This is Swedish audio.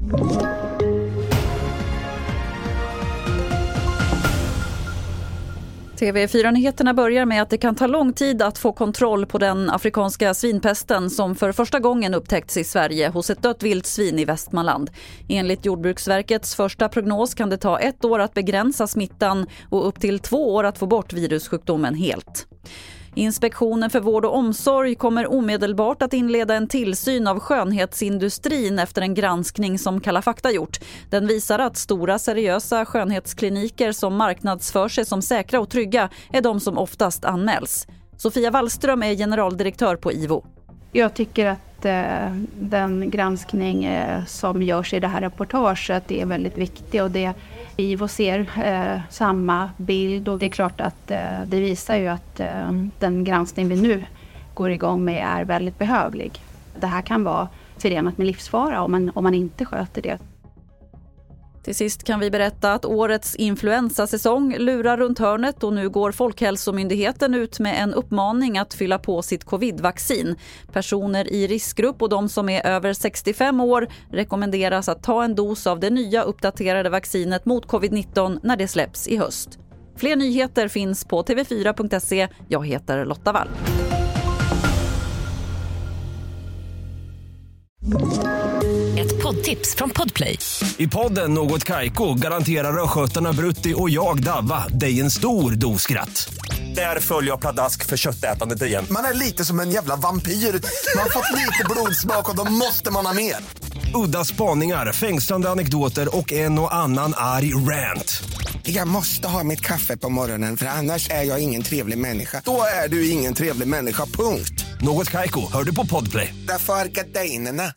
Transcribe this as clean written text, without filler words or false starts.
TV4-nyheterna börjar med att det kan ta lång tid att få kontroll på den afrikanska svinpesten som för första gången upptäckts i Sverige hos ett dött vilt svin i Västmanland. Enligt Jordbruksverkets första prognos kan det ta 1 år att begränsa smittan och upp till 2 år att få bort virussjukdomen helt. Inspektionen för vård och omsorg kommer omedelbart att inleda en tillsyn av skönhetsindustrin efter en granskning som Kalla fakta gjort. Den visar att stora seriösa skönhetskliniker som marknadsför sig som säkra och trygga är de som oftast anmäls. Sofia Wallström är generaldirektör på IVO. Jag tycker att den granskning som görs i det här reportaget är väldigt viktig, och det IVO ser samma bild, och det är klart att det visar ju att den granskning vi nu går igång med är väldigt behövlig. Det här kan vara förenat med livsfara om man inte sköter det. Till sist kan vi berätta att årets influensasäsong lurar runt hörnet och nu går Folkhälsomyndigheten ut med en uppmaning att fylla på sitt covid-vaccin. Personer i riskgrupp och de som är över 65 år rekommenderas att ta en dos av det nya uppdaterade vaccinet mot covid-19 när det släpps i höst. Fler nyheter finns på tv4.se. Jag heter Lotta Wall. Ett poddtips från Podplay. I podden Något Kaiko garanterar röskötarna Brutti och jag Davva dig en stor doskratt. Där följer jag pladask för köttätandet igen. Man är lite som en jävla vampyr. Man har fått lite blodsmak och då måste man ha mer. Udda spaningar, fängslande anekdoter och en och annan arg rant. Jag måste ha mitt kaffe på morgonen, för annars är jag ingen trevlig människa. Då är du ingen trevlig människa, punkt. Något Kaiko, hör du på Podplay. Därför är gardinerna.